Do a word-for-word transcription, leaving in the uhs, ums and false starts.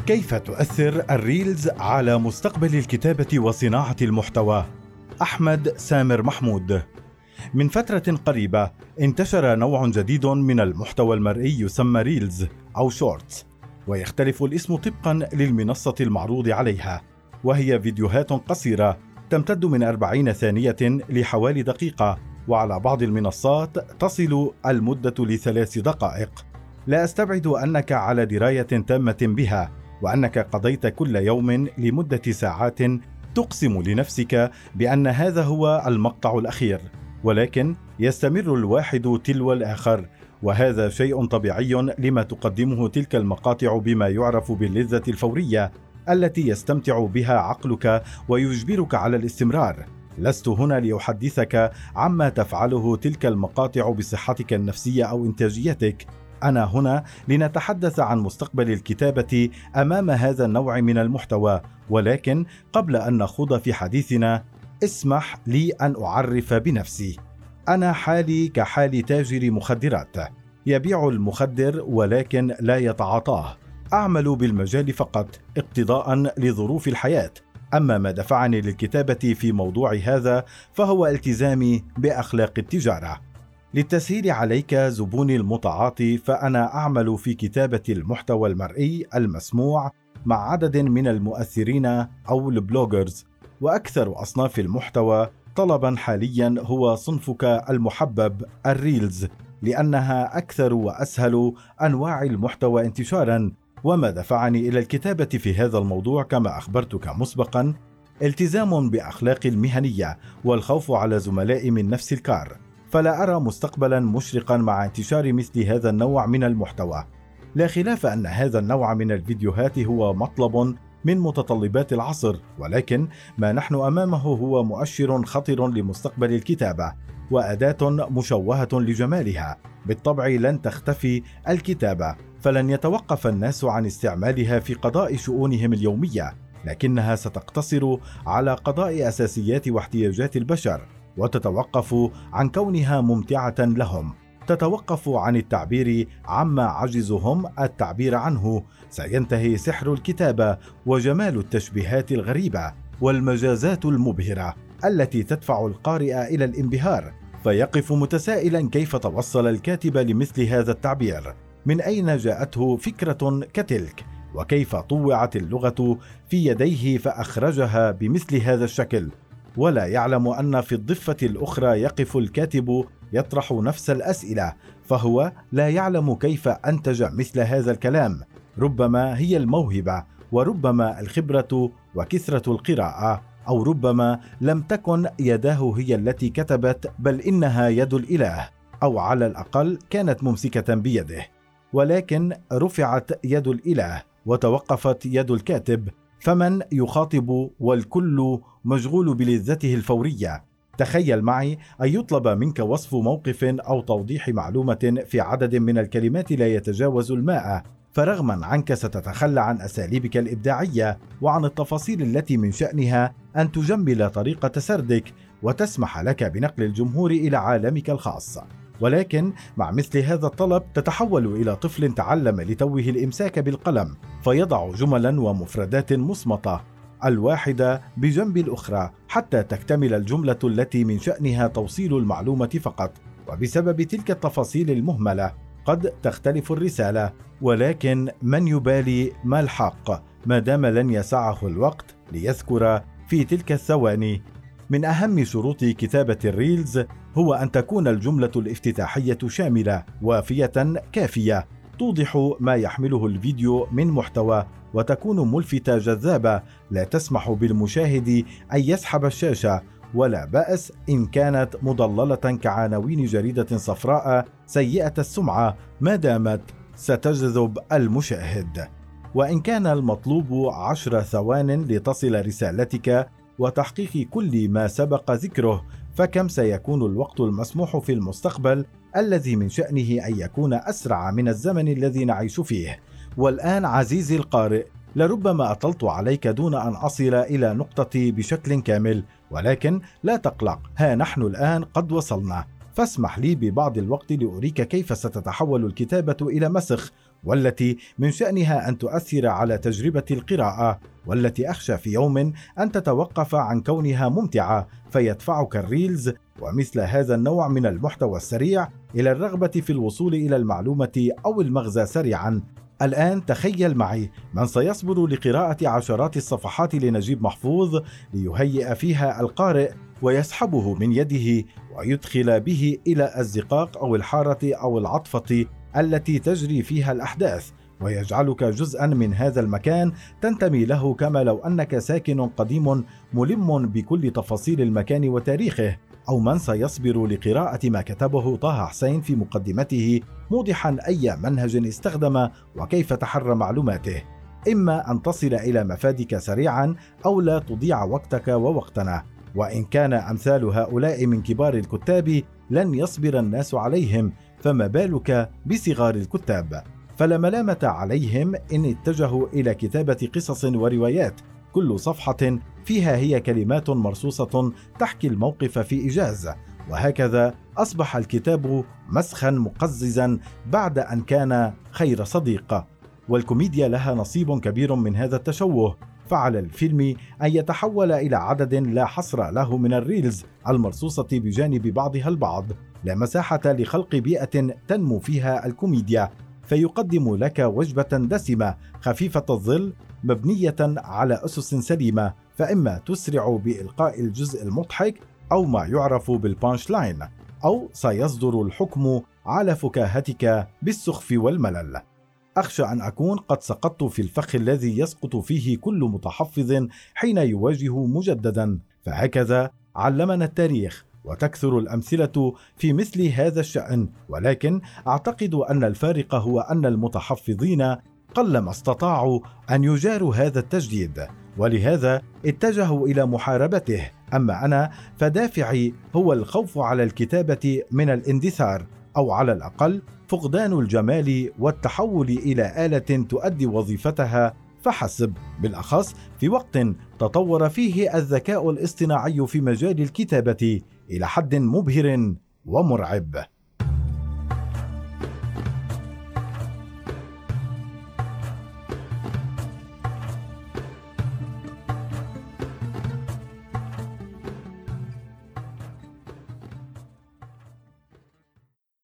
كيف تؤثر الريلز على مستقبل الكتابة وصناعة المحتوى؟ أحمد سامر محمود. من فترة قريبة انتشر نوع جديد من المحتوى المرئي يسمى ريلز أو شورتس، ويختلف الاسم طبقا للمنصة المعروض عليها، وهي فيديوهات قصيرة تمتد من أربعين ثانية لحوالي دقيقة، وعلى بعض المنصات تصل المدة لثلاث دقائق. لا أستبعد أنك على دراية تامة بها، وأنك قضيت كل يوم لمدة ساعات تقسم لنفسك بأن هذا هو المقطع الأخير، ولكن يستمر الواحد تلو الآخر، وهذا شيء طبيعي لما تقدمه تلك المقاطع بما يعرف باللذة الفورية التي يستمتع بها عقلك ويجبرك على الاستمرار. لست هنا لأحدثك عما تفعله تلك المقاطع بصحتك النفسية أو إنتاجيتك، أنا هنا لنتحدث عن مستقبل الكتابة أمام هذا النوع من المحتوى. ولكن قبل أن نخوض في حديثنا اسمح لي أن أعرف بنفسي. أنا حالي كحال تاجر مخدرات، يبيع المخدر ولكن لا يتعاطاه. أعمل بالمجال فقط اقتضاء لظروف الحياة. أما ما دفعني للكتابة في موضوع هذا فهو التزامي بأخلاق التجارة. للتسهيل عليك زبوني المتعاطي، فأنا أعمل في كتابة المحتوى المرئي المسموع مع عدد من المؤثرين أو البلوجرز، وأكثر أصناف المحتوى طلبا حاليا هو صنفك المحبب الريلز، لأنها أكثر وأسهل أنواع المحتوى انتشارا. وما دفعني إلى الكتابة في هذا الموضوع كما أخبرتك مسبقا التزام بأخلاق المهنية والخوف على زملائي من نفس الكار، فلا أرى مستقبلا مشرقا مع انتشار مثل هذا النوع من المحتوى. لا خلاف أن هذا النوع من الفيديوهات هو مطلب من متطلبات العصر، ولكن ما نحن أمامه هو مؤشر خطر لمستقبل الكتابة وأداة مشوهة لجمالها. بالطبع لن تختفي الكتابة، فلن يتوقف الناس عن استعمالها في قضاء شؤونهم اليومية، لكنها ستقتصر على قضاء أساسيات واحتياجات البشر، وتتوقف عن كونها ممتعة لهم، تتوقف عن التعبير عما عجزهم التعبير عنه. سينتهي سحر الكتابة وجمال التشبيهات الغريبة والمجازات المبهرة التي تدفع القارئ إلى الانبهار، فيقف متسائلا كيف توصل الكاتب لمثل هذا التعبير، من أين جاءته فكرة كتلك، وكيف طوعت اللغة في يديه فأخرجها بمثل هذا الشكل. ولا يعلم أن في الضفة الأخرى يقف الكاتب يطرح نفس الأسئلة، فهو لا يعلم كيف أنتج مثل هذا الكلام. ربما هي الموهبة، وربما الخبرة وكثرة القراءة، أو ربما لم تكن يداه هي التي كتبت، بل إنها يد الإله، أو على الأقل كانت ممسكة بيده، ولكن رفعت يد الإله وتوقفت يد الكاتب، فمن يخاطب والكل مشغول بلذته الفورية. تخيل معي أن يطلب منك وصف موقف أو توضيح معلومة في عدد من الكلمات لا يتجاوز المائة، فرغما عنك ستتخلى عن أساليبك الإبداعية وعن التفاصيل التي من شأنها أن تجمل طريقة سردك وتسمح لك بنقل الجمهور إلى عالمك الخاص. ولكن مع مثل هذا الطلب تتحول إلى طفل تعلم لتوه الإمساك بالقلم، فيضع جملا ومفردات مصمتة الواحدة بجنب الأخرى حتى تكتمل الجملة التي من شأنها توصيل المعلومة فقط. وبسبب تلك التفاصيل المهملة قد تختلف الرسالة، ولكن من يبالي ما الحق ما دام لن يسعه الوقت ليذكر في تلك الثواني. من أهم شروط كتابة الريلز هو أن تكون الجملة الافتتاحية شاملة وافية كافية، توضح ما يحمله الفيديو من محتوى، وتكون ملفتة جذابة لا تسمح بالمشاهد أن يسحب الشاشة، ولا بأس إن كانت مضللة كعناوين جريدة صفراء سيئة السمعة ما دامت ستجذب المشاهد. وإن كان المطلوب عشر ثوان لتصل رسالتك وتحقيق كل ما سبق ذكره، فكم سيكون الوقت المسموح في المستقبل الذي من شأنه أن يكون أسرع من الزمن الذي نعيش فيه؟ والآن عزيزي القارئ، لربما أطلت عليك دون أن أصل إلى نقطتي بشكل كامل، ولكن لا تقلق، ها نحن الآن قد وصلنا. فاسمح لي ببعض الوقت لأريك كيف ستتحول الكتابة إلى مسخ والتي من شأنها أن تؤثر على تجربة القراءة، والتي أخشى في يوم أن تتوقف عن كونها ممتعة فيدفعك الريلز ومثل هذا النوع من المحتوى السريع إلى الرغبة في الوصول إلى المعلومة أو المغزى سريعا. الآن تخيل معي من سيصبر لقراءة عشرات الصفحات لنجيب محفوظ ليهيئ فيها القارئ ويسحبه من يده ويدخل به إلى الزقاق أو الحارة أو العطفة التي تجري فيها الأحداث، ويجعلك جزءا من هذا المكان تنتمي له كما لو أنك ساكن قديم ملم بكل تفاصيل المكان وتاريخه. أو من سيصبر لقراءة ما كتبه طه حسين في مقدمته موضحا أي منهج استخدم وكيف تحرى معلوماته. إما أن تصل إلى مفادك سريعا أو لا تضيع وقتك ووقتنا، وإن كان أمثال هؤلاء من كبار الكتاب لن يصبر الناس عليهم، فما بالك بصغار الكتاب؟ فلا ملامة عليهم إن اتجهوا إلى كتابة قصص وروايات كل صفحة فيها هي كلمات مرصوصة تحكي الموقف في إيجاز، وهكذا أصبح الكتاب مسخا مقززا بعد أن كان خير صديق. والكوميديا لها نصيب كبير من هذا التشوه، فعلى الفيلم أن يتحول إلى عدد لا حصر له من الريلز المرصوصة بجانب بعضها البعض، لا مساحة لخلق بيئة تنمو فيها الكوميديا، فيقدم لك وجبة دسمة خفيفة الظل مبنية على أسس سليمة، فإما تسرع بإلقاء الجزء المضحك أو ما يعرف بالبانش لاين، أو سيصدر الحكم على فكاهتك بالسخف والملل. أخشى أن أكون قد سقطت في الفخ الذي يسقط فيه كل متحفظ حين يواجه مجددا، فهكذا علمنا التاريخ وتكثر الأمثلة في مثل هذا الشأن. ولكن أعتقد أن الفارق هو أن المتحفظين قلما استطاعوا أن يجاروا هذا التجديد، ولهذا اتجهوا إلى محاربته. أما أنا فدافعي هو الخوف على الكتابة من الاندثار، أو على الأقل فقدان الجمال والتحول إلى آلة تؤدي وظيفتها فحسب، بالأخص في وقت تطور فيه الذكاء الاصطناعي في مجال الكتابة إلى حد مبهر ومرعب.